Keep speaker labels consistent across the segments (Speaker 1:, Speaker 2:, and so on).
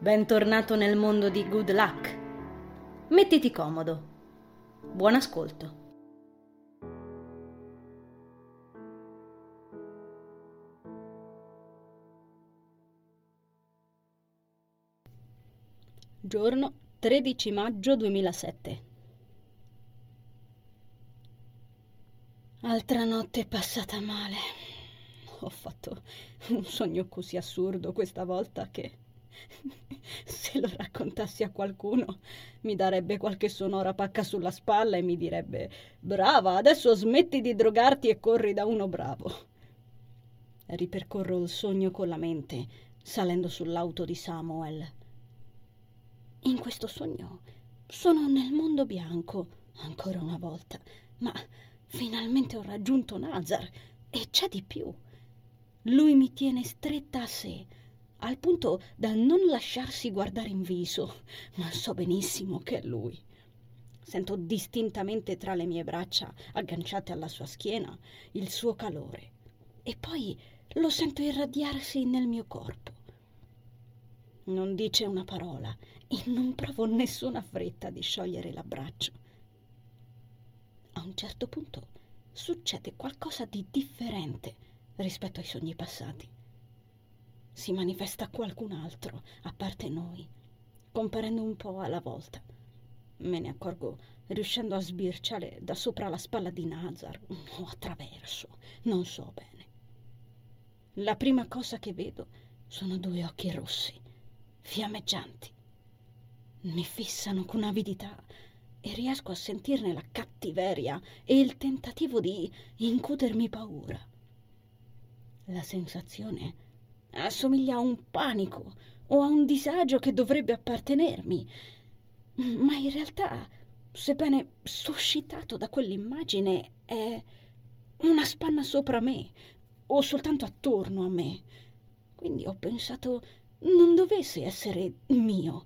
Speaker 1: Bentornato nel mondo di Good Luck. Mettiti comodo. Buon ascolto. Giorno 13 maggio 2007. Altra notte passata male. Ho fatto un sogno così assurdo questa volta che se lo raccontassi a qualcuno mi darebbe qualche sonora pacca sulla spalla e mi direbbe: brava, adesso smetti di drogarti e corri da uno bravo. Ripercorro il sogno con la mente, salendo sull'auto di Samuel. In questo sogno sono nel mondo bianco, ancora una volta, ma finalmente ho raggiunto Nazar e c'è di più. Lui mi tiene stretta a sé, al punto da non lasciarsi guardare in viso, ma so benissimo che è lui. Sento distintamente tra le mie braccia, agganciate alla sua schiena, il suo calore, e poi lo sento irradiarsi nel mio corpo. Non dice una parola e non provo nessuna fretta di sciogliere l'abbraccio. A un certo punto succede qualcosa di differente rispetto ai sogni passati. Si manifesta qualcun altro, a parte noi, comparendo un po' alla volta. Me ne accorgo riuscendo a sbirciare da sopra la spalla di Nazar o attraverso, non so bene. La prima cosa che vedo sono due occhi rossi, fiammeggianti. Mi fissano con avidità e riesco a sentirne la cattiveria e il tentativo di incutermi paura. La sensazione assomiglia a un panico o a un disagio che dovrebbe appartenermi, ma in realtà, sebbene suscitato da quell'immagine, è una spanna sopra me o soltanto attorno a me. Quindi ho pensato non dovesse essere mio.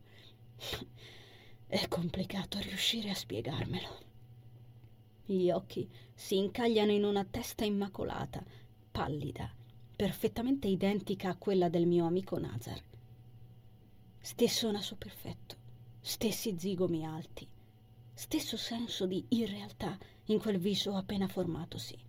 Speaker 1: È complicato riuscire a spiegarmelo. Gli occhi si incagliano in una testa immacolata, pallida, perfettamente identica a quella del mio amico Nazar. Stesso naso perfetto, stessi zigomi alti, stesso senso di irrealtà in quel viso appena formatosi.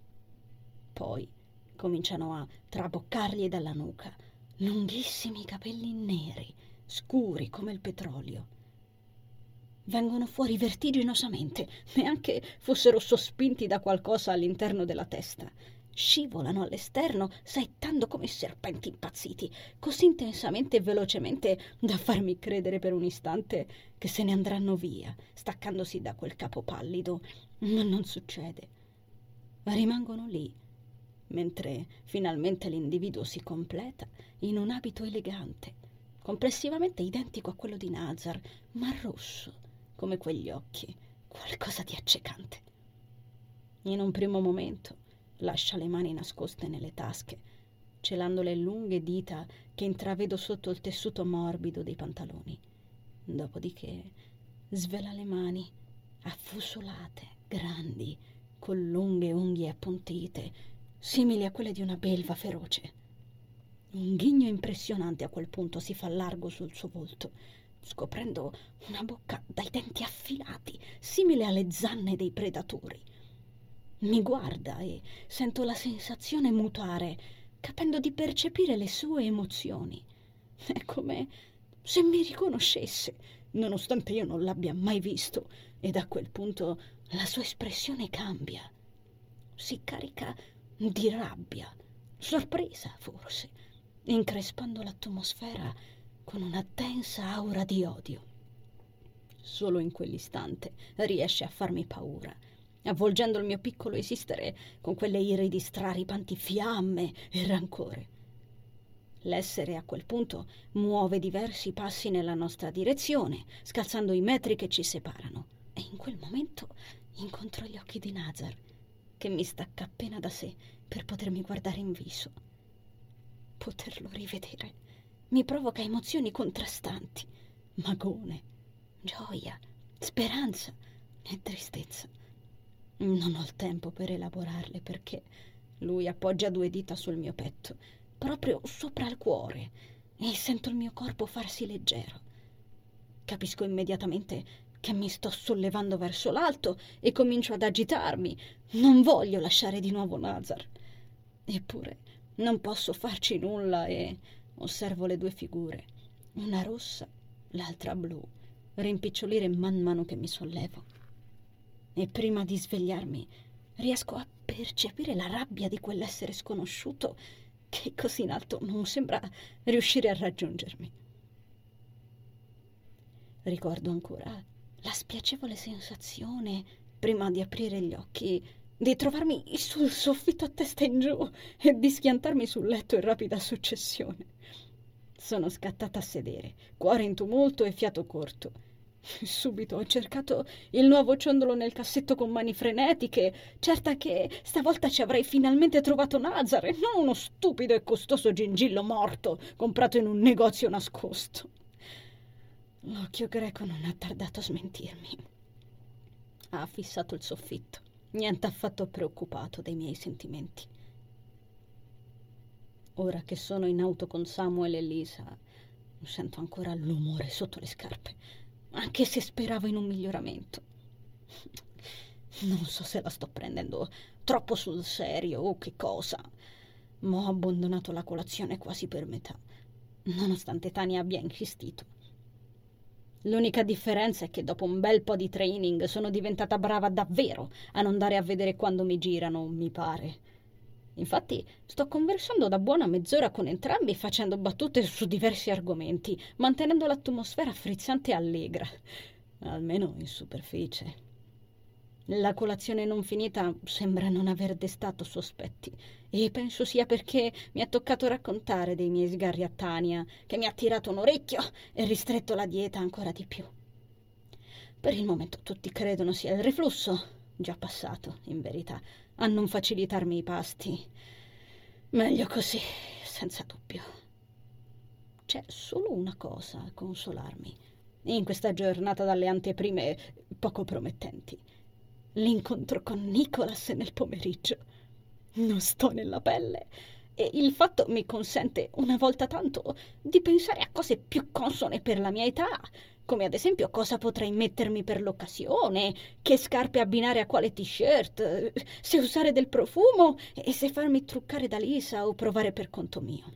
Speaker 1: Poi cominciano a traboccargli dalla nuca lunghissimi capelli neri, scuri come il petrolio. Vengono fuori vertiginosamente, neanche fossero sospinti da qualcosa all'interno della testa. Scivolano all'esterno, saettando come serpenti impazziti, così intensamente e velocemente da farmi credere per un istante che se ne andranno via, staccandosi da quel capo pallido. Ma non succede. Rimangono lì, mentre finalmente l'individuo si completa in un abito elegante, complessivamente identico a quello di Nazar, ma rosso, come quegli occhi, qualcosa di accecante. In un primo momento lascia le mani nascoste nelle tasche, celando le lunghe dita che intravedo sotto il tessuto morbido dei pantaloni. Dopodiché svela le mani, affusolate, grandi, con lunghe unghie appuntite, simili a quelle di una belva feroce. Un ghigno impressionante a quel punto si fa largo sul suo volto, scoprendo una bocca dai denti affilati, simile alle zanne dei predatori. Mi guarda e sento la sensazione mutare, capendo di percepire le sue emozioni. È come se mi riconoscesse, nonostante io non l'abbia mai visto, ed a quel punto la sua espressione cambia. Si carica di rabbia, sorpresa forse, increspando l'atmosfera con una densa aura di odio. Solo in quell'istante riesce a farmi paura, avvolgendo il mio piccolo esistere con quelle iridi straripanti fiamme e rancore. L'essere a quel punto muove diversi passi nella nostra direzione, scalzando i metri che ci separano, e in quel momento incontro gli occhi di Nazar, che mi stacca appena da sé per potermi guardare in viso. Poterlo rivedere mi provoca emozioni contrastanti, magone, gioia, speranza e tristezza. Non ho il tempo per elaborarle perché lui appoggia due dita sul mio petto, proprio sopra il cuore, e sento il mio corpo farsi leggero. Capisco immediatamente che mi sto sollevando verso l'alto e comincio ad agitarmi. Non voglio lasciare di nuovo Nazar. Eppure non posso farci nulla e osservo le due figure, una rossa, l'altra blu, rimpicciolire man mano che mi sollevo. E prima di svegliarmi riesco a percepire la rabbia di quell'essere sconosciuto che così in alto non sembra riuscire a raggiungermi. Ricordo ancora la spiacevole sensazione, prima di aprire gli occhi, di trovarmi sul soffitto a testa in giù e di schiantarmi sul letto in rapida successione. Sono scattata a sedere, cuore in tumulto e fiato corto. Subito ho cercato il nuovo ciondolo nel cassetto con mani frenetiche, certa che stavolta ci avrei finalmente trovato Nazar e non uno stupido e costoso gingillo morto comprato in un negozio nascosto. L'occhio greco non ha tardato a smentirmi. Ha fissato il soffitto, niente affatto preoccupato dei miei sentimenti. Ora che sono in auto con Samuel e Lisa, sento ancora l'umore sotto le scarpe, anche se speravo in un miglioramento. Non so se la sto prendendo troppo sul serio o che cosa, ma ho abbandonato la colazione quasi per metà, nonostante Tania abbia insistito. L'unica differenza è che dopo un bel po' di training sono diventata brava davvero a non dare a vedere quando mi girano, mi pare. Infatti sto conversando da buona mezz'ora con entrambi, facendo battute su diversi argomenti, mantenendo l'atmosfera frizzante e allegra, almeno in superficie. La colazione non finita sembra non aver destato sospetti, e penso sia perché mi è toccato raccontare dei miei sgarri a Tania, che mi ha tirato un orecchio e ristretto la dieta ancora di più. Per il momento tutti credono sia il reflusso, già passato, in verità, a non facilitarmi i pasti. Meglio così, senza dubbio. C'è solo una cosa a consolarmi in questa giornata dalle anteprime poco promettenti. L'incontro con Nicholas nel pomeriggio. Non sto nella pelle e il fatto mi consente una volta tanto di pensare a cose più consone per la mia età, come ad esempio cosa potrei mettermi per l'occasione, che scarpe abbinare a quale t-shirt, se usare del profumo e se farmi truccare da Lisa o provare per conto mio.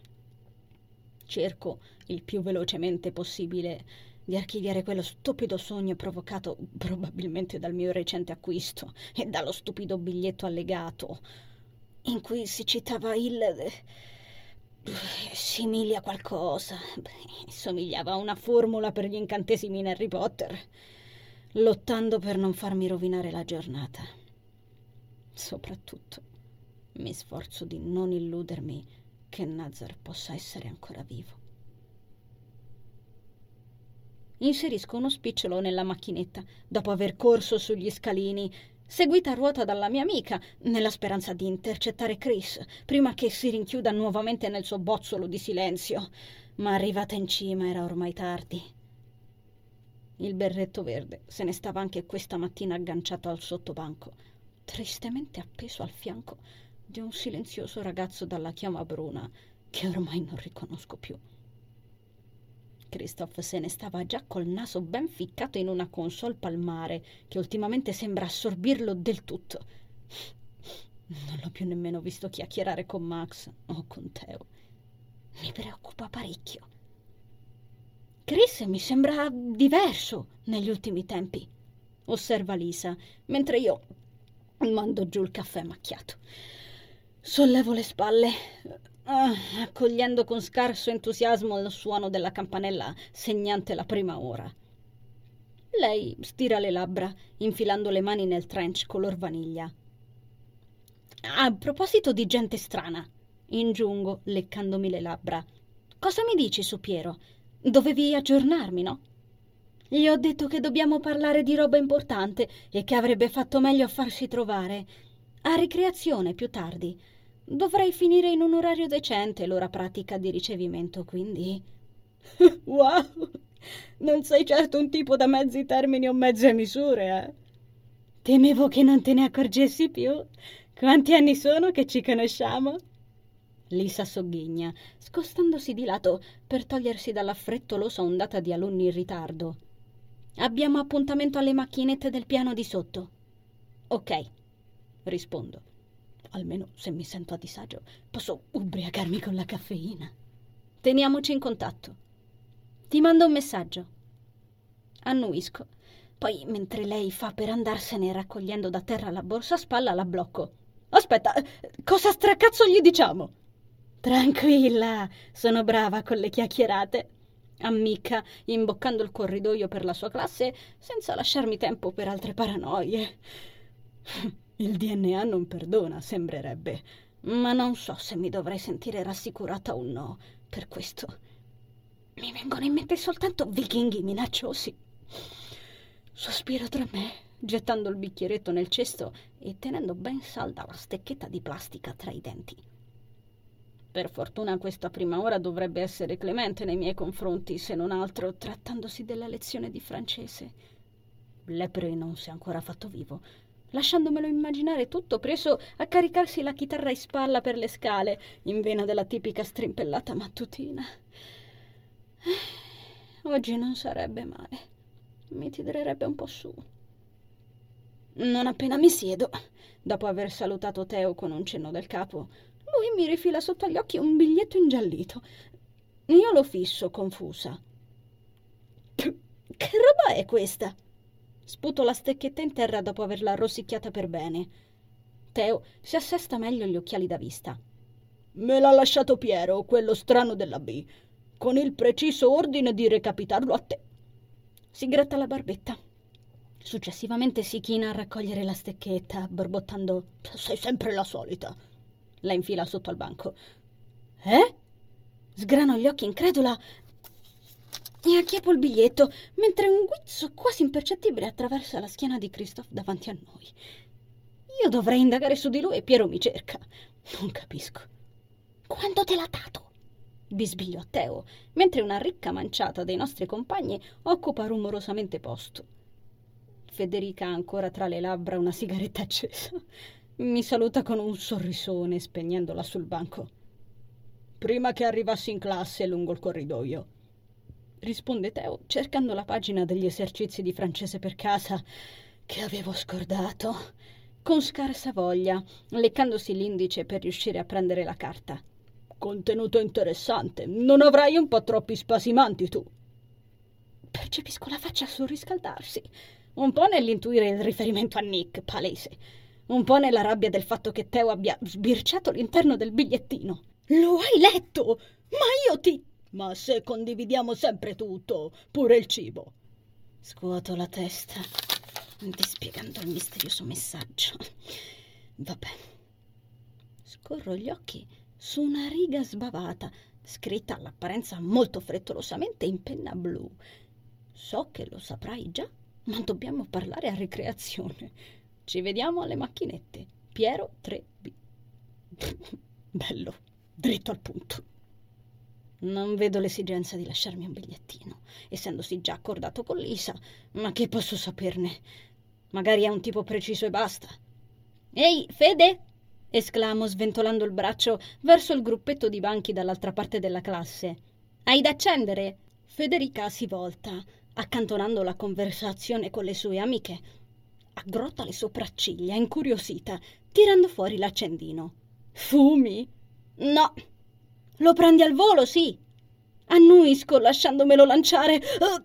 Speaker 1: Cerco il più velocemente possibile di archiviare quello stupido sogno provocato probabilmente dal mio recente acquisto e dallo stupido biglietto allegato, in cui si citava il simili a qualcosa, somigliava a una formula per gli incantesimi in Harry Potter, lottando per non farmi rovinare la giornata. Soprattutto mi sforzo di non illudermi che Nazar possa essere ancora vivo. Inserisco uno spicciolo nella macchinetta, dopo aver corso sugli scalini, seguita a ruota dalla mia amica, nella speranza di intercettare Chris, prima che si rinchiuda nuovamente nel suo bozzolo di silenzio. Ma arrivata in cima era ormai tardi. Il berretto verde se ne stava anche questa mattina agganciato al sottobanco, tristemente appeso al fianco di un silenzioso ragazzo dalla chioma bruna che ormai non riconosco più. Christoph se ne stava già col naso ben ficcato in una console palmare che ultimamente sembra assorbirlo del tutto. Non l'ho più nemmeno visto chiacchierare con Max o con Theo. Mi preoccupa parecchio. Chris mi sembra diverso negli ultimi tempi, osserva Lisa, mentre io mando giù il caffè macchiato. Sollevo le spalle, accogliendo con scarso entusiasmo il suono della campanella segnante la prima ora. Lei stira le labbra, infilando le mani nel trench color vaniglia. A proposito di gente strana, ingiungo, leccandomi le labbra, cosa mi dici su Piero? Dovevi aggiornarmi, no? Gli ho detto che dobbiamo parlare di roba importante e che avrebbe fatto meglio a farsi trovare a ricreazione più tardi. Dovrei finire in un orario decente l'ora pratica di ricevimento, quindi... Wow! Non sei certo un tipo da mezzi termini o mezze misure, eh? Temevo che non te ne accorgessi più. Quanti anni sono che ci conosciamo? Lisa sogghigna, scostandosi di lato per togliersi dalla frettolosa ondata di alunni in ritardo. Abbiamo appuntamento alle macchinette del piano di sotto. Ok, rispondo. Almeno se mi sento a disagio posso ubriacarmi con la caffeina. Teniamoci in contatto. Ti mando un messaggio. Annuisco. Poi, mentre lei fa per andarsene raccogliendo da terra la borsa a spalla, la blocco. Aspetta, cosa stracazzo gli diciamo? Tranquilla, sono brava con le chiacchierate. Ammicca, imboccando il corridoio per la sua classe, senza lasciarmi tempo per altre paranoie. Il DNA non perdona, sembrerebbe, ma non so se mi dovrei sentire rassicurata o no per questo. Mi vengono in mente soltanto vichinghi minacciosi. Sospiro tra me, gettando il bicchieretto nel cesto e tenendo ben salda la stecchetta di plastica tra i denti. Per fortuna questa prima ora dovrebbe essere clemente nei miei confronti, se non altro trattandosi della lezione di francese. Lepre non si è ancora fatto vivo, lasciandomelo immaginare tutto preso a caricarsi la chitarra in spalla per le scale, in vena della tipica strimpellata mattutina. Oggi non sarebbe male. Mi tirerebbe un po' su. Non appena mi siedo, dopo aver salutato Teo con un cenno del capo, lui mi rifila sotto gli occhi un biglietto ingiallito. Io lo fisso, confusa. Che roba è questa? Sputo la stecchetta in terra dopo averla rosicchiata per bene. Teo si assesta meglio gli occhiali da vista. Me l'ha lasciato Piero, quello strano della B, con il preciso ordine di recapitarlo a te. Si gratta la barbetta. Successivamente si china a raccogliere la stecchetta, borbottando: sei sempre la solita. La infila sotto al banco. Sgrano gli occhi incredula e acchiappo il biglietto, mentre un guizzo quasi impercettibile attraversa la schiena di Christophe davanti a noi. Io dovrei indagare su di lui e Piero mi cerca. Non capisco. Quando te l'ha dato? Bisbiglio a Teo, mentre una ricca manciata dei nostri compagni occupa rumorosamente posto. Federica ha ancora tra le labbra una sigaretta accesa. Mi saluta con un sorrisone, spegnendola sul banco. Prima che arrivassi in classe lungo il corridoio, risponde Teo, cercando la pagina degli esercizi di francese per casa, che avevo scordato, con scarsa voglia, leccandosi l'indice per riuscire a prendere la carta. Contenuto interessante, non avrai un po' troppi spasimanti tu? Percepisco la faccia surriscaldarsi, un po' nell'intuire il riferimento a Nick, palese, un po' nella rabbia del fatto che Teo abbia sbirciato l'interno del bigliettino. Lo hai letto? Ma se condividiamo sempre tutto, pure il cibo. Scuoto la testa, dispiegando il misterioso messaggio. Vabbè. Scorro gli occhi su una riga sbavata, scritta all'apparenza molto frettolosamente in penna blu. So che lo saprai già, ma dobbiamo parlare a ricreazione. Ci vediamo alle macchinette. Piero 3B. Bello, dritto al punto. Non vedo l'esigenza di lasciarmi un bigliettino, essendosi già accordato con Lisa, ma che posso saperne? Magari è un tipo preciso e basta. Ehi, Fede! Esclamo sventolando il braccio verso il gruppetto di banchi dall'altra parte della classe. Hai da accendere? Federica si volta, accantonando la conversazione con le sue amiche. Aggrotta le sopracciglia, incuriosita, tirando fuori l'accendino. Fumi? No. Lo prendi al volo, sì. Annuisco lasciandomelo lanciare.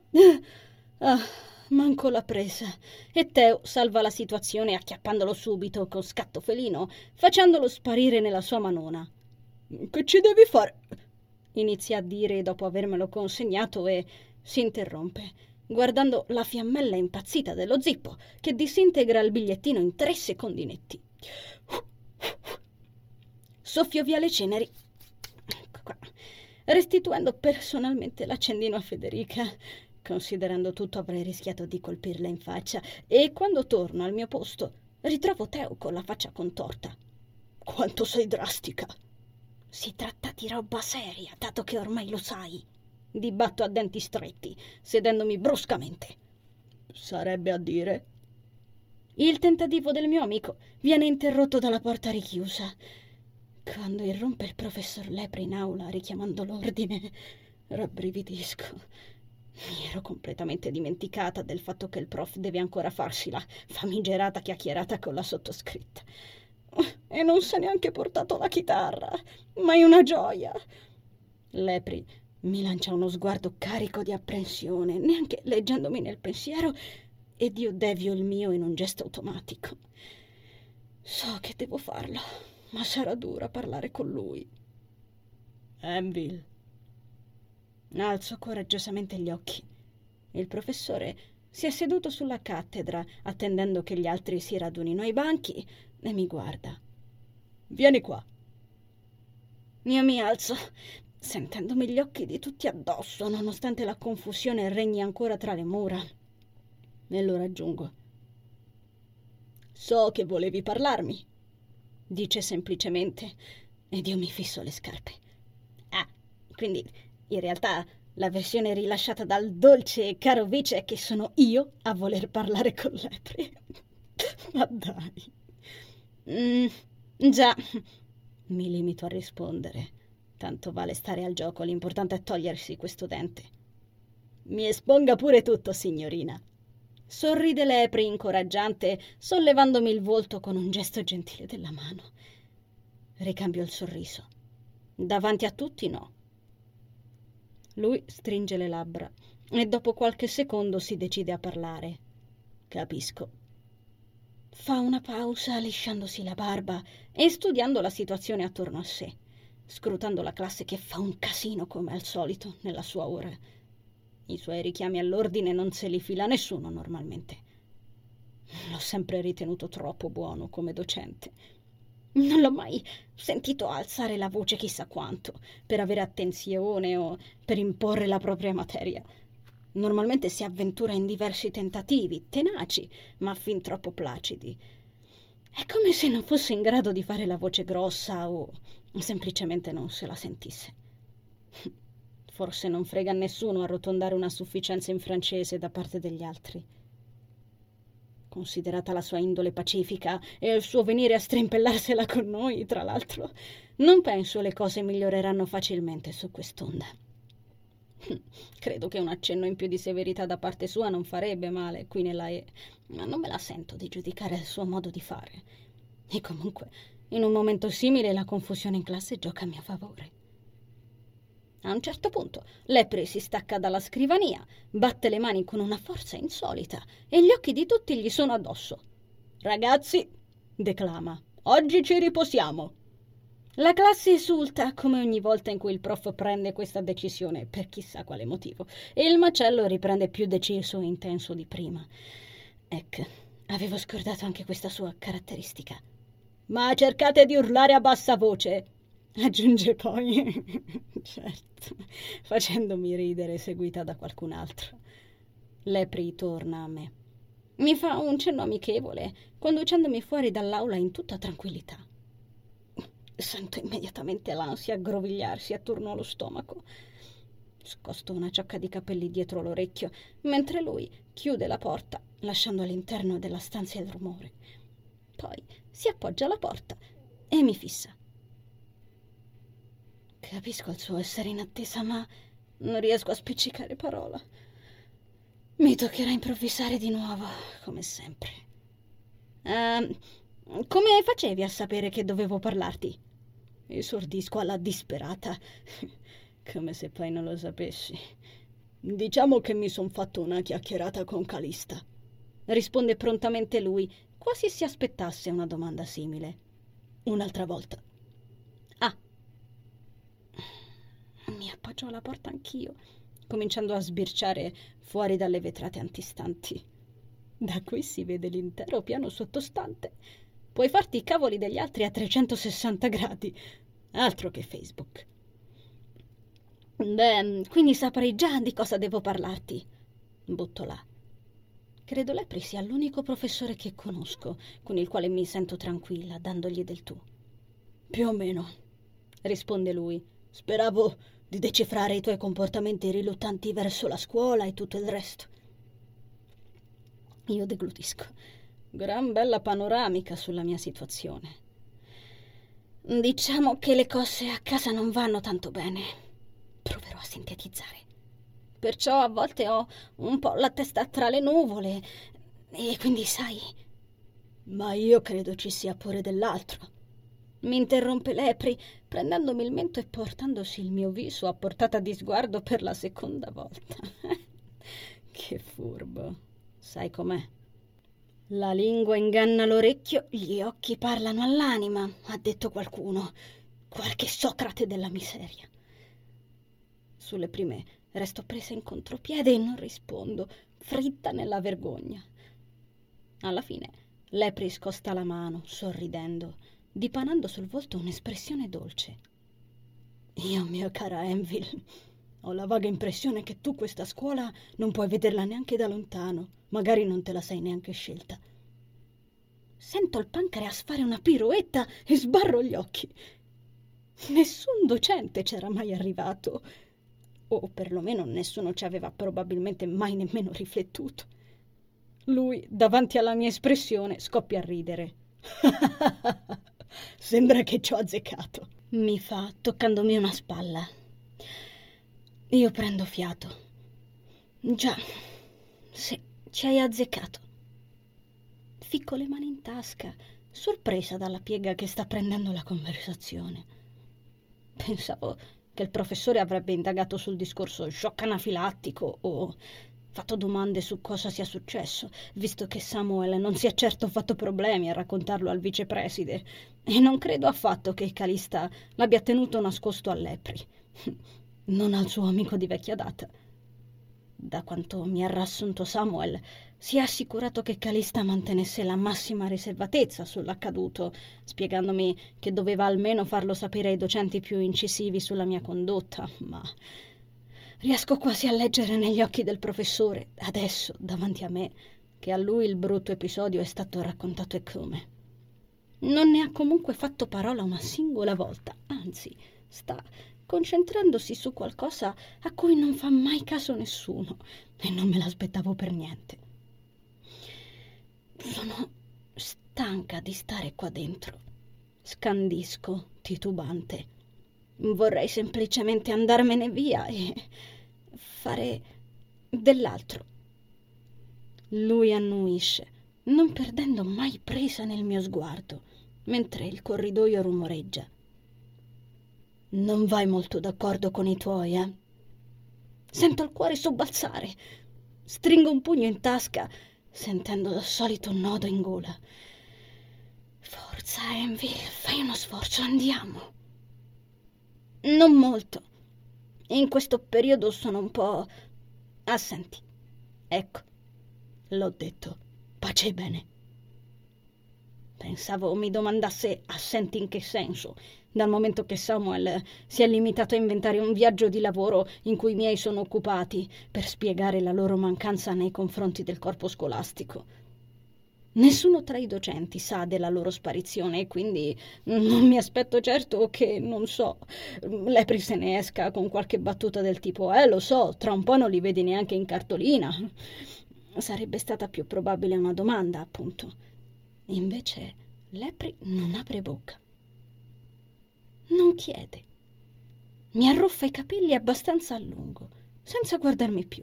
Speaker 1: Manco l'ha presa. E Teo salva la situazione acchiappandolo subito con scatto felino, facendolo sparire nella sua manona. Che ci devi fare? Inizia a dire dopo avermelo consegnato e si interrompe, guardando la fiammella impazzita dello zippo che disintegra il bigliettino in 3 secondi netti. Soffio via le ceneri, ecco qua, restituendo personalmente l'accendino a Federica. Considerando tutto avrei rischiato di colpirla in faccia e quando torno al mio posto ritrovo Teo con la faccia contorta. Quanto sei drastica! Si tratta di roba seria, dato che ormai lo sai. Dibatto a denti stretti, sedendomi bruscamente. Sarebbe a dire? Il tentativo del mio amico viene interrotto dalla porta richiusa. Quando irrompe il professor Lepre in aula richiamando l'ordine, rabbrividisco. Mi ero completamente dimenticata del fatto che il prof deve ancora farsi la famigerata chiacchierata con la sottoscritta. E non si è neanche portato la chitarra, ma è una gioia. Lepri mi lancia uno sguardo carico di apprensione, neanche leggendomi nel pensiero, ed io devio il mio in un gesto automatico. So che devo farlo, ma sarà dura parlare con lui. Anvil. Alzo coraggiosamente gli occhi. Il professore si è seduto sulla cattedra, attendendo che gli altri si radunino ai banchi, e mi guarda. Vieni qua. Io mi alzo, sentendomi gli occhi di tutti addosso, nonostante la confusione regni ancora tra le mura. E lo raggiungo. So che volevi parlarmi, dice semplicemente, ed io mi fisso le scarpe. Ah, quindi in realtà la versione rilasciata dal dolce e caro vice è che sono io a voler parlare con Lepre. Ma dai. Già, mi limito a rispondere. Tanto vale stare al gioco, l'importante è togliersi questo dente. Mi esponga pure tutto, signorina. Sorride Lepre incoraggiante, sollevandomi il volto con un gesto gentile della mano. Ricambio il sorriso. Davanti a tutti no. Lui stringe le labbra e dopo qualche secondo si decide a parlare. Capisco. Fa una pausa lisciandosi la barba e studiando la situazione attorno a sé, scrutando la classe che fa un casino come al solito nella sua ora. I suoi richiami all'ordine non se li fila nessuno normalmente. L'ho sempre ritenuto troppo buono come docente. Non l'ho mai sentito alzare la voce chissà quanto, per avere attenzione o per imporre la propria materia. Normalmente si avventura in diversi tentativi, tenaci, ma fin troppo placidi. È come se non fosse in grado di fare la voce grossa o semplicemente non se la sentisse. Forse non frega a nessuno arrotondare una sufficienza in francese da parte degli altri. Considerata la sua indole pacifica e il suo venire a strimpellarsela con noi, tra l'altro, non penso le cose miglioreranno facilmente su quest'onda. Credo che un accenno in più di severità da parte sua non farebbe male qui nella E, ma non me la sento di giudicare il suo modo di fare. E comunque, in un momento simile la confusione in classe gioca a mio favore. A un certo punto Lepre si stacca dalla scrivania, batte le mani con una forza insolita e gli occhi di tutti gli sono addosso. «Ragazzi», declama, «oggi ci riposiamo». La classe esulta come ogni volta in cui il prof prende questa decisione, per chissà quale motivo, e il macello riprende più deciso e intenso di prima. Ecco, avevo scordato anche questa sua caratteristica. «Ma cercate di urlare a bassa voce», aggiunge poi, certo, facendomi ridere, seguita da qualcun altro. Lepri torna a me. Mi fa un cenno amichevole, conducendomi fuori dall'aula in tutta tranquillità. Sento immediatamente l'ansia aggrovigliarsi attorno allo stomaco. Scosto una ciocca di capelli dietro l'orecchio, mentre lui chiude la porta, lasciando all'interno della stanza il rumore. Poi si appoggia alla porta e mi fissa. Capisco il suo essere in attesa, ma non riesco a spiccicare parola. Mi toccherà improvvisare di nuovo, come sempre. Come facevi a sapere che dovevo parlarti? Esordisco alla disperata, come se poi non lo sapessi. Diciamo che mi son fatto una chiacchierata con Calista. Risponde prontamente lui, quasi si aspettasse una domanda simile. Un'altra volta. Ah. Mi appoggio alla porta anch'io, cominciando a sbirciare fuori dalle vetrate antistanti. Da qui si vede l'intero piano sottostante. Puoi farti i cavoli degli altri a 360 gradi. Altro che Facebook. Beh, quindi saprei già di cosa devo parlarti. Butto là. Credo Lepri sia l'unico professore che conosco, con il quale mi sento tranquilla, dandogli del tu. Più o meno, risponde lui. Speravo di decifrare i tuoi comportamenti riluttanti verso la scuola e tutto il resto. Io deglutisco. Gran bella panoramica sulla mia situazione. Diciamo che le cose a casa non vanno tanto bene. Proverò a sintetizzare. Perciò a volte ho un po' la testa tra le nuvole e quindi sai... Ma io credo ci sia pure dell'altro. Mi interrompe Lepri, prendendomi il mento e portandosi il mio viso a portata di sguardo per la seconda volta. Che furbo. Sai com'è? La lingua inganna l'orecchio, gli occhi parlano all'anima, ha detto qualcuno. Qualche Socrate della miseria. Sulle prime resto presa in contropiede e non rispondo, fritta nella vergogna. Alla fine Lepri scosta la mano, sorridendo, dipanando sul volto un'espressione dolce. Io, mia cara Envil, ho la vaga impressione che tu questa scuola non puoi vederla neanche da lontano, magari non te la sei neanche scelta. Sento il pancreas fare una piroetta e sbarro gli occhi. Nessun docente c'era mai arrivato, o perlomeno nessuno ci aveva probabilmente mai nemmeno riflettuto. Lui, davanti alla mia espressione, scoppia a ridere. Sembra che ci ho azzeccato, mi fa, toccandomi una spalla. Io prendo fiato. Già, sì, ci hai azzeccato. Ficco le mani in tasca, sorpresa dalla piega che sta prendendo la conversazione. Pensavo che il professore avrebbe indagato sul discorso shock anafilattico o fatto domande su cosa sia successo, visto che Samuel non si è certo fatto problemi a raccontarlo al vicepreside, e non credo affatto che Calista l'abbia tenuto nascosto a Lepri, non al suo amico di vecchia data. Da quanto mi ha riassunto Samuel, si è assicurato che Calista mantenesse la massima riservatezza sull'accaduto, spiegandomi che doveva almeno farlo sapere ai docenti più incisivi sulla mia condotta, ma riesco quasi a leggere negli occhi del professore, adesso, davanti a me, che a lui il brutto episodio è stato raccontato e come. Non ne ha comunque fatto parola una singola volta, anzi, sta concentrandosi su qualcosa a cui non fa mai caso nessuno, e non me l'aspettavo per niente. Sono stanca di stare qua dentro. Scandisco, titubante. Vorrei semplicemente andarmene via e fare dell'altro. Lui annuisce, non perdendo mai presa nel mio sguardo, mentre il corridoio rumoreggia. Non vai molto d'accordo con i tuoi, eh? Sento il cuore sobbalzare. Stringo un pugno in tasca, sentendo lo solito nodo in gola. Forza, Envy, fai uno sforzo, andiamo. Non molto. In questo periodo sono un po' assenti. Ecco, l'ho detto. Pace e bene. Pensavo mi domandasse assenti in che senso, dal momento che Samuel si è limitato a inventare un viaggio di lavoro in cui i miei sono occupati per spiegare la loro mancanza nei confronti del corpo scolastico. Nessuno tra i docenti sa della loro sparizione e quindi non mi aspetto certo che, non so, Lepri se ne esca con qualche battuta del tipo lo so, tra un po' non li vedi neanche in cartolina. Sarebbe stata più probabile una domanda, appunto. Invece Lepri non apre bocca. Non chiede. Mi arruffa i capelli abbastanza a lungo, senza guardarmi più.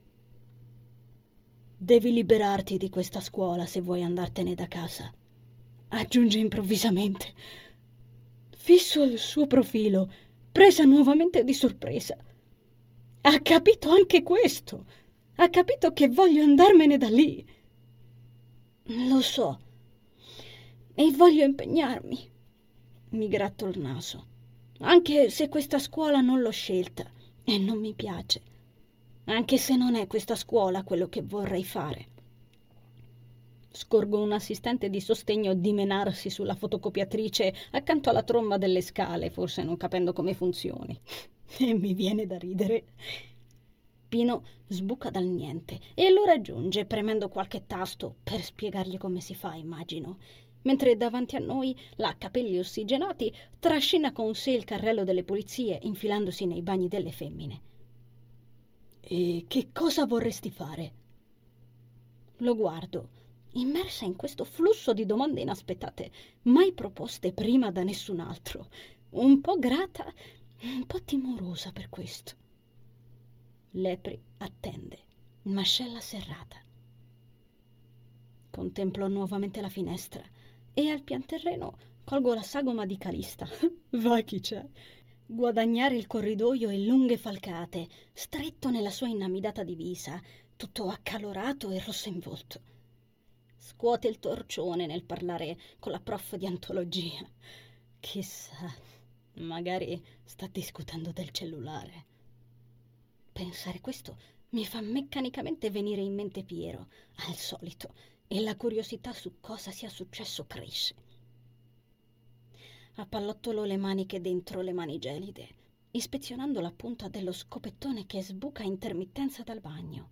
Speaker 1: Devi liberarti di questa scuola se vuoi andartene da casa, aggiunge improvvisamente. Fisso il suo profilo, presa nuovamente di sorpresa. Ha capito anche questo. Ha capito che voglio andarmene da lì. Lo so. E voglio impegnarmi. Mi gratto il naso, anche se questa scuola non l'ho scelta e non mi piace, anche se non è questa scuola quello che vorrei fare. Scorgo un assistente di sostegno dimenarsi sulla fotocopiatrice accanto alla tromba delle scale, forse non capendo come funzioni. E mi viene da ridere. Pino sbuca dal niente e lo raggiunge premendo qualche tasto per spiegargli come si fa, immagino, mentre davanti a noi la capelli ossigenati trascina con sé il carrello delle pulizie infilandosi nei bagni delle femmine. E che cosa vorresti fare? Lo guardo, immersa in questo flusso di domande inaspettate, mai proposte prima da nessun altro, un po' grata, un po' timorosa per questo. Lepri attende, mascella serrata. Contemplo nuovamente la finestra e al pianterreno colgo la sagoma di Calista. Va chi c'è. Guadagnare il corridoio e lunghe falcate, stretto nella sua inamidata divisa, tutto accalorato e rosso in volto. Scuote il torcione nel parlare con la prof di antologia. Chissà, magari sta discutendo del cellulare. Pensare questo mi fa meccanicamente venire in mente Piero, al solito, e la curiosità su cosa sia successo cresce. Appallottolo le maniche dentro le mani gelide, ispezionando la punta dello scopettone che sbuca a intermittenza dal bagno.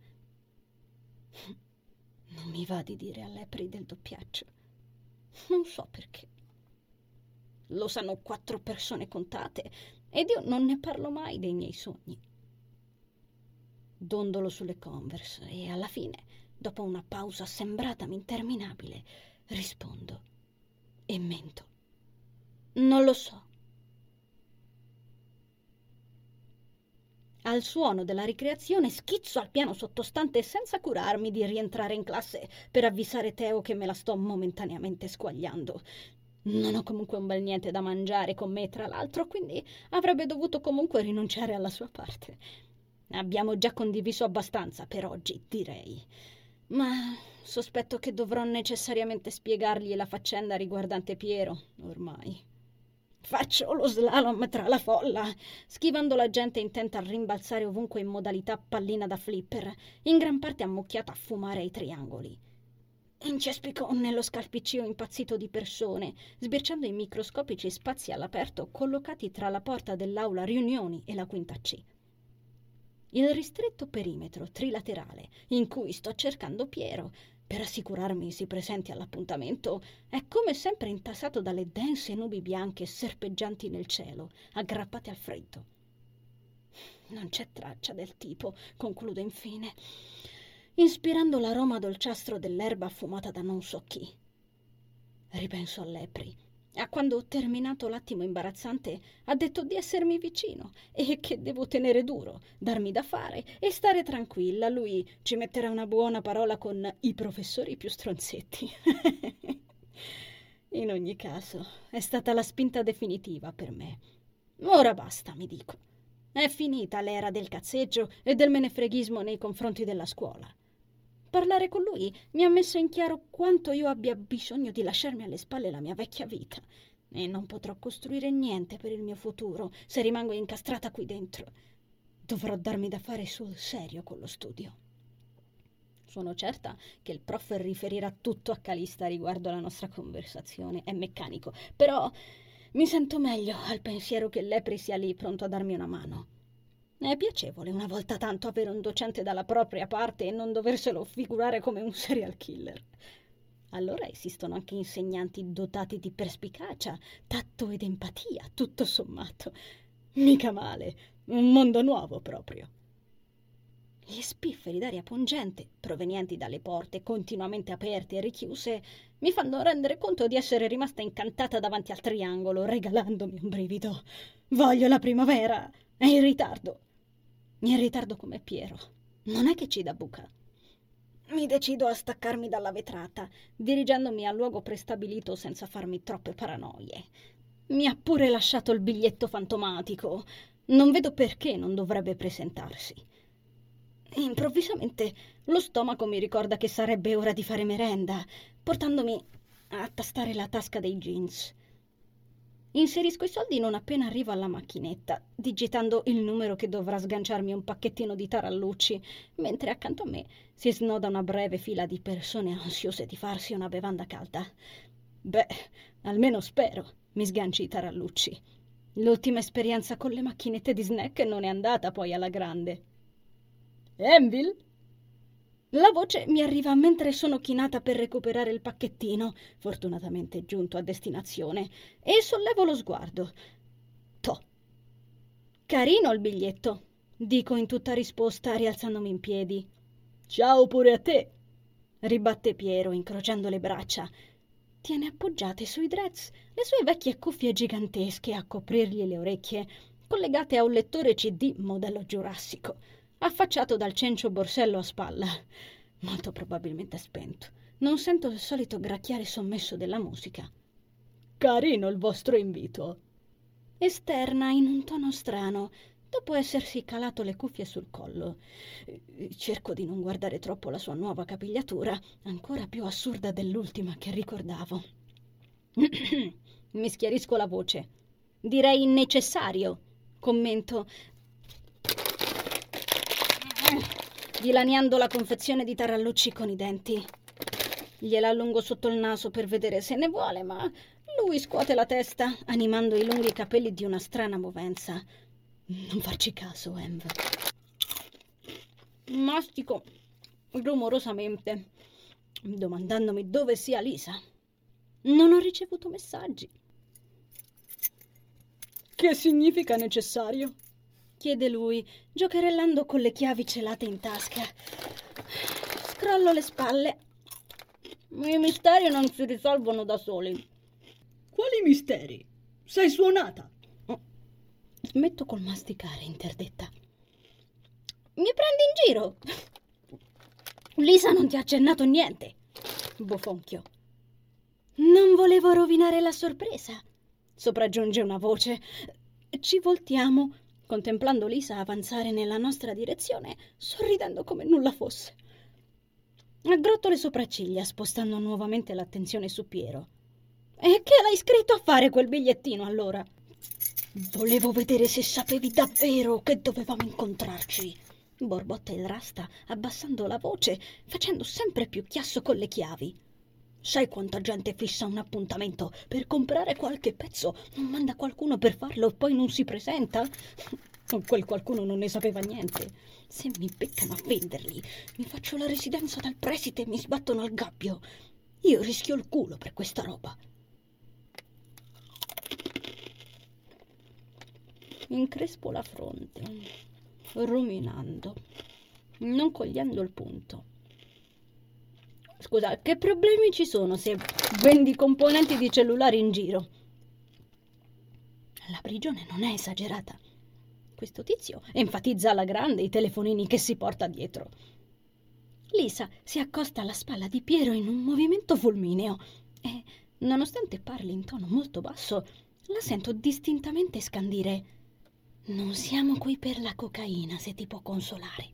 Speaker 1: Non mi va di dire a Lepri del doppiaggio. Non so perché. Lo sanno 4 persone contate ed io non ne parlo mai dei miei sogni. Dondolo sulle Converse e alla fine, dopo una pausa sembratami interminabile, rispondo e mento. Non lo so. Al suono della ricreazione schizzo al piano sottostante senza curarmi di rientrare in classe per avvisare Teo che me la sto momentaneamente squagliando. Non ho comunque un bel niente da mangiare con me, tra l'altro, quindi avrebbe dovuto comunque rinunciare alla sua parte. Abbiamo già condiviso abbastanza per oggi, direi. Ma sospetto che dovrò necessariamente spiegargli la faccenda riguardante Piero, ormai. Faccio lo slalom tra la folla, schivando la gente intenta a rimbalzare ovunque in modalità pallina da flipper, in gran parte ammucchiata a fumare ai triangoli. Incespico nello scalpiccio impazzito di persone, sbirciando i microscopici spazi all'aperto collocati tra la porta dell'aula riunioni e la quinta C. Il ristretto perimetro trilaterale in cui sto cercando Piero, per assicurarmi si presenti all'appuntamento, è come sempre intasato dalle dense nubi bianche serpeggianti nel cielo, aggrappate al freddo. Non c'è traccia del tipo, concludo infine, inspirando l'aroma dolciastro dell'erba affumata da non so chi. Ripenso a Lepri, a quando, terminato l'attimo imbarazzante, ha detto di essermi vicino e che devo tenere duro, darmi da fare e stare tranquilla. Lui ci metterà una buona parola con i professori più stronzetti. In ogni caso, è stata la spinta definitiva per me. Ora basta, mi dico. È finita l'era del cazzeggio e del menefreghismo nei confronti della scuola. Parlare con lui mi ha messo in chiaro quanto io abbia bisogno di lasciarmi alle spalle la mia vecchia vita e non potrò costruire niente per il mio futuro se rimango incastrata qui dentro. Dovrò darmi da fare sul serio con lo studio. Sono certa che il prof riferirà tutto a Calista riguardo alla nostra conversazione, è meccanico, però mi sento meglio al pensiero che Lepri sia lì pronto a darmi una mano. È piacevole una volta tanto avere un docente dalla propria parte e non doverselo figurare come un serial killer. Allora esistono anche insegnanti dotati di perspicacia, tatto ed empatia, tutto sommato. Mica male, un mondo nuovo proprio. Gli spifferi d'aria pungente, provenienti dalle porte continuamente aperte e richiuse, mi fanno rendere conto di essere rimasta incantata davanti al triangolo, regalandomi un brivido. Voglio la primavera! È in ritardo! In ritardo come Piero. Non è che ci dà buca. Mi decido a staccarmi dalla vetrata, dirigendomi al luogo prestabilito senza farmi troppe paranoie. Mi ha pure lasciato il biglietto fantomatico. Non vedo perché non dovrebbe presentarsi. Improvvisamente lo stomaco mi ricorda che sarebbe ora di fare merenda, portandomi a tastare la tasca dei jeans. Inserisco i soldi non appena arrivo alla macchinetta, digitando il numero che dovrà sganciarmi un pacchettino di tarallucci, mentre accanto a me si snoda una breve fila di persone ansiose di farsi una bevanda calda. Beh, almeno spero mi sganci i tarallucci. L'ultima esperienza con le macchinette di snack non è andata poi alla grande. Envil? La voce mi arriva mentre sono chinata per recuperare il pacchettino, fortunatamente giunto a destinazione, e sollevo lo sguardo. Toh. Carino il biglietto, dico in tutta risposta, rialzandomi in piedi. Ciao pure a te. ribatte Piero, incrociando le braccia. Tiene appoggiate sui dreads le sue vecchie cuffie gigantesche a coprirgli le orecchie, collegate a un lettore CD modello giurassico, affacciato dal cencio borsello a spalla, molto probabilmente spento. Non sento il solito gracchiare sommesso della musica. Carino il vostro invito. Esterna in un tono strano, dopo essersi calato le cuffie sul collo. Cerco di non guardare troppo la sua nuova capigliatura, ancora più assurda dell'ultima che ricordavo. Mi schiarisco la voce. Direi necessario, commento, dilaniando la confezione di tarallucci con i denti. Gliela allungo sotto il naso per vedere se ne vuole, ma lui scuote la testa, animando i lunghi capelli di una strana movenza. Non farci caso, Env. Mastico rumorosamente, domandandomi dove sia Lisa. Non ho ricevuto messaggi. Che significa necessario? Chiede lui, giocherellando con le chiavi celate in tasca. Scrollo le spalle. I misteri non si risolvono da soli. Quali misteri? Sei suonata? Smetto col masticare, interdetta. Mi prendi in giro? Lisa non ti ha accennato niente, bofonchio. Non volevo rovinare la sorpresa, sopraggiunge una voce. Ci voltiamo, contemplando Lisa avanzare nella nostra direzione, sorridendo come nulla fosse. Aggrotto le sopracciglia, spostando nuovamente l'attenzione su Piero. E che l'hai scritto a fare quel bigliettino, allora? Volevo vedere se sapevi davvero che dovevamo incontrarci, borbotta il Rasta, abbassando la voce, facendo sempre più chiasso con le chiavi. Sai quanta gente fissa un appuntamento per comprare qualche pezzo, non manda qualcuno per farlo e poi non si presenta? Quel qualcuno non ne sapeva niente. Se mi beccano a venderli, mi faccio la residenza dal preside e mi sbattono al gabbio. Io rischio il culo per questa roba. Increspo la fronte, ruminando, non cogliendo il punto. Scusa, che problemi ci sono se vendi componenti di cellulari in giro? La prigione non è esagerata. Questo tizio enfatizza alla grande i telefonini che si porta dietro. Lisa si accosta alla spalla di Piero in un movimento fulmineo e, nonostante parli in tono molto basso, la sento distintamente scandire: non siamo qui per la cocaina, se ti può consolare.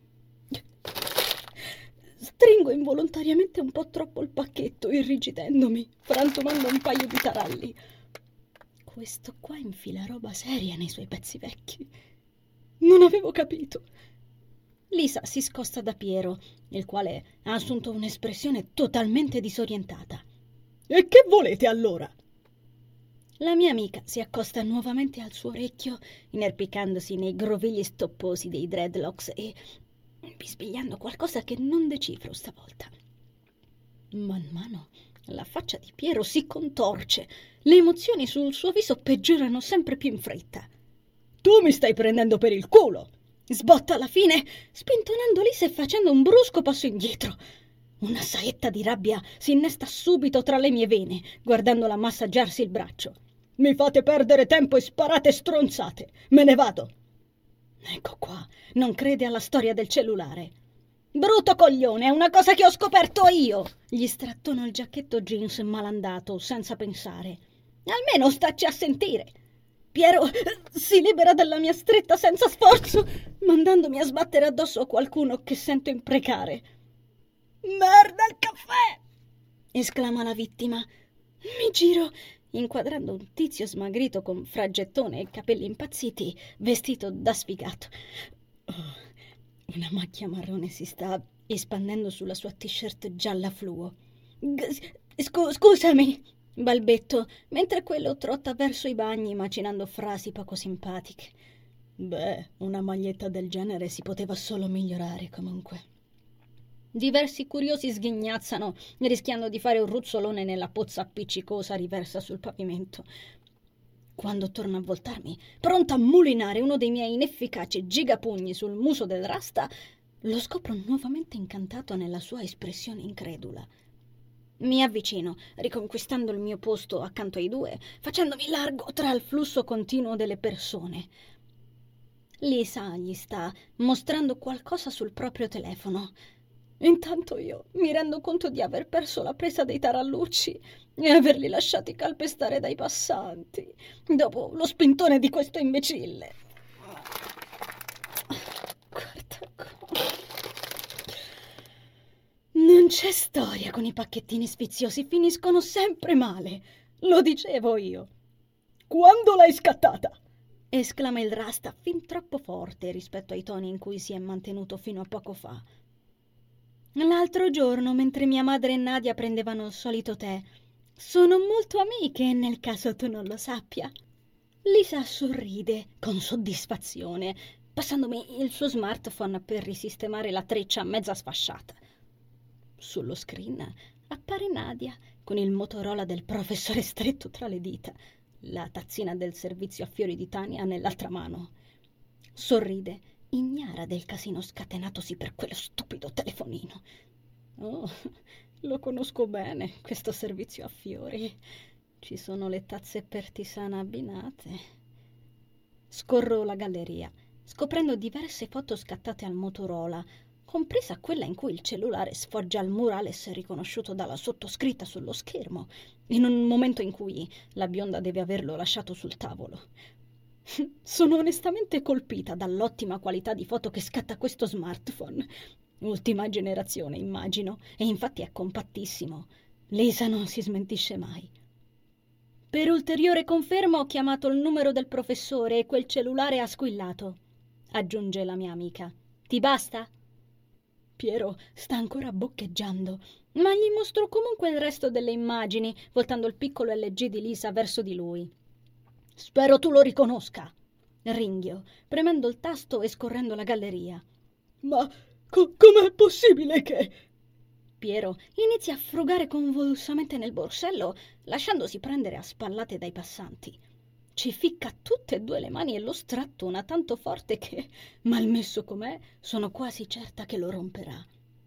Speaker 1: Stringo involontariamente un po' troppo il pacchetto, irrigidendomi, frantumando un paio di taralli. Questo qua infila roba seria nei suoi pezzi vecchi. Non avevo capito. Lisa si scosta da Piero, il quale ha assunto un'espressione totalmente disorientata. E che volete allora? La mia amica si accosta nuovamente al suo orecchio, inerpicandosi nei grovigli stopposi dei dreadlocks e bisbigliando qualcosa che non decifro stavolta. Man mano la faccia di Piero si contorce, le emozioni sul suo viso peggiorano sempre più in fretta. Tu mi stai prendendo per il culo! Sbotta alla fine, spintonando Lisa e facendo un brusco passo indietro. Una saetta di rabbia si innesta subito tra le mie vene, guardandola massaggiarsi il braccio. Mi fate perdere tempo e sparate stronzate. Me ne vado. Ecco qua, non crede alla storia del cellulare. Brutto coglione, è una cosa che ho scoperto io. Gli strattono il giacchetto jeans malandato, senza pensare. Almeno stacci a sentire. Piero si libera dalla mia stretta senza sforzo, mandandomi a sbattere addosso a qualcuno che sento imprecare. Merda il caffè! Esclama la vittima. Mi giro, inquadrando un tizio smagrito con fraggettone e capelli impazziti, vestito da sfigato. Una macchia marrone si sta espandendo sulla sua t-shirt gialla fluo. Scusami, balbetto, mentre quello trotta verso i bagni macinando frasi poco simpatiche. Beh, una maglietta del genere si poteva solo migliorare comunque. Diversi curiosi sghignazzano, rischiando di fare un ruzzolone nella pozza appiccicosa riversa sul pavimento. Quando torno a voltarmi, pronta a mulinare uno dei miei inefficaci gigapugni sul muso del Rasta, Lo scopro nuovamente incantato nella sua espressione incredula. Mi avvicino, riconquistando il mio posto accanto ai due, facendomi largo tra il flusso continuo delle persone. Lisa gli sta mostrando qualcosa sul proprio telefono. Intanto io mi rendo conto di aver perso la presa dei tarallucci e averli lasciati calpestare dai passanti, dopo lo spintone di questo imbecille. Guarda qua. Non c'è storia con i pacchettini sfiziosi, finiscono sempre male. Lo dicevo io.
Speaker 2: Quando l'hai scattata?
Speaker 1: Esclama il Rasta fin troppo forte rispetto ai toni in cui si è mantenuto fino a poco fa. L'altro giorno, mentre mia madre e Nadia prendevano il solito tè. Sono molto amiche, nel caso tu non lo sappia. Lisa sorride con soddisfazione, passandomi il suo smartphone per risistemare la treccia mezza sfasciata. Sullo screen appare Nadia con il Motorola del professore stretto tra le dita, la tazzina del servizio a fiori di Tania nell'altra mano. Sorride, ignara del casino scatenatosi per quello stupido telefonino. Oh, lo conosco bene, questo servizio a fiori. Ci sono le tazze per tisana abbinate. Scorro la galleria, scoprendo diverse foto scattate al Motorola, compresa quella in cui il cellulare sfoggia il murales riconosciuto dalla sottoscritta sullo schermo, in un momento in cui la bionda deve averlo lasciato sul tavolo. Sono onestamente colpita dall'ottima qualità di foto che scatta questo smartphone. Ultima generazione, immagino, e infatti è compattissimo. Lisa non si smentisce mai. Per ulteriore conferma ho chiamato il numero del professore e quel cellulare ha squillato, aggiunge la mia amica. Ti basta? Piero sta ancora boccheggiando, ma gli mostro comunque il resto delle immagini, voltando il piccolo LG di Lisa verso di lui. Spero tu lo riconosca, ringhio, premendo il tasto e scorrendo la galleria.
Speaker 2: Ma com'è possibile che...
Speaker 1: Piero inizia a frugare convulsamente nel borsello, lasciandosi prendere a spallate dai passanti. Ci ficca tutte e due le mani e lo strattona tanto forte che, malmesso com'è, sono quasi certa che lo romperà.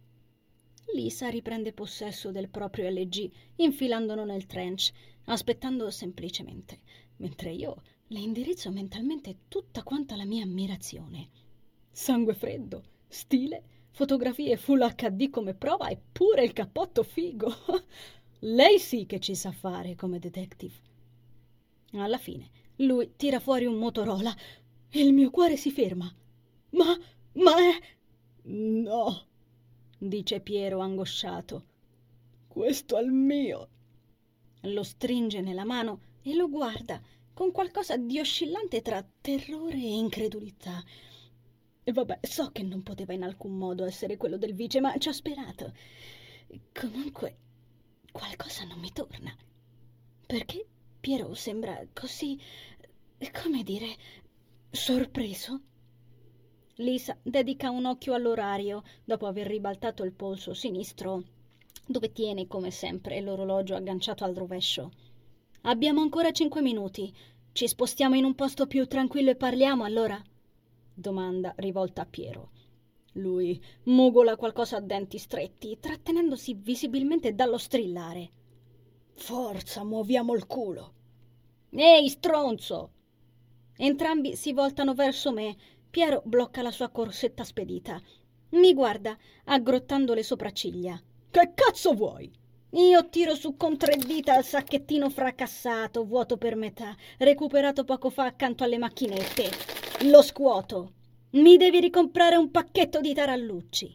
Speaker 1: Lisa riprende possesso del proprio LG, infilandolo nel trench, aspettando semplicemente, mentre io le indirizzo mentalmente tutta quanta la mia ammirazione. Sangue freddo, stile, fotografie Full HD come prova e pure il cappotto figo. Lei sì che ci sa fare come detective. Alla fine lui tira fuori un Motorola e il mio cuore si ferma. Ma è...
Speaker 2: No,
Speaker 1: dice Piero angosciato.
Speaker 2: questo è il mio.
Speaker 1: Lo stringe nella mano e lo guarda con qualcosa di oscillante tra terrore e incredulità. E vabbè, so che non poteva in alcun modo essere quello del vice, ma ci ho sperato. Comunque, qualcosa non mi torna. Perché Piero sembra così, come dire, sorpreso? Lisa dedica un occhio all'orario dopo aver ribaltato il polso sinistro, dove tiene, come sempre, l'orologio agganciato al rovescio. Abbiamo ancora 5 minuti. Ci spostiamo in un posto più tranquillo e parliamo, allora? Domanda rivolta a Piero. Lui mugola qualcosa a denti stretti, trattenendosi visibilmente dallo strillare.
Speaker 2: Forza, muoviamo il culo.
Speaker 1: Ehi, stronzo! Entrambi si voltano verso me. Piero blocca la sua corsetta spedita. Mi guarda, aggrottando le sopracciglia.
Speaker 2: Che cazzo vuoi?
Speaker 1: Io tiro su con 3 dita il sacchettino fracassato, vuoto per metà, recuperato poco fa accanto alle macchinette. Lo scuoto. Mi devi ricomprare un pacchetto di tarallucci.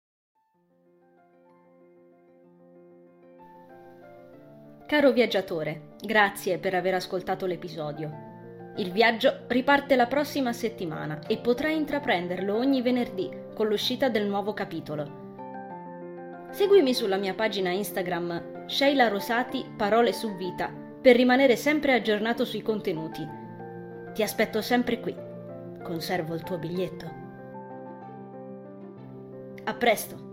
Speaker 1: Caro viaggiatore, grazie per aver ascoltato l'episodio. Il viaggio riparte la prossima settimana e potrai intraprenderlo ogni venerdì con l'uscita del nuovo capitolo. Seguimi sulla mia pagina Instagram Sheila Rosati Parole su Vita per rimanere sempre aggiornato sui contenuti. Ti aspetto sempre qui. Conservo il tuo biglietto. A presto!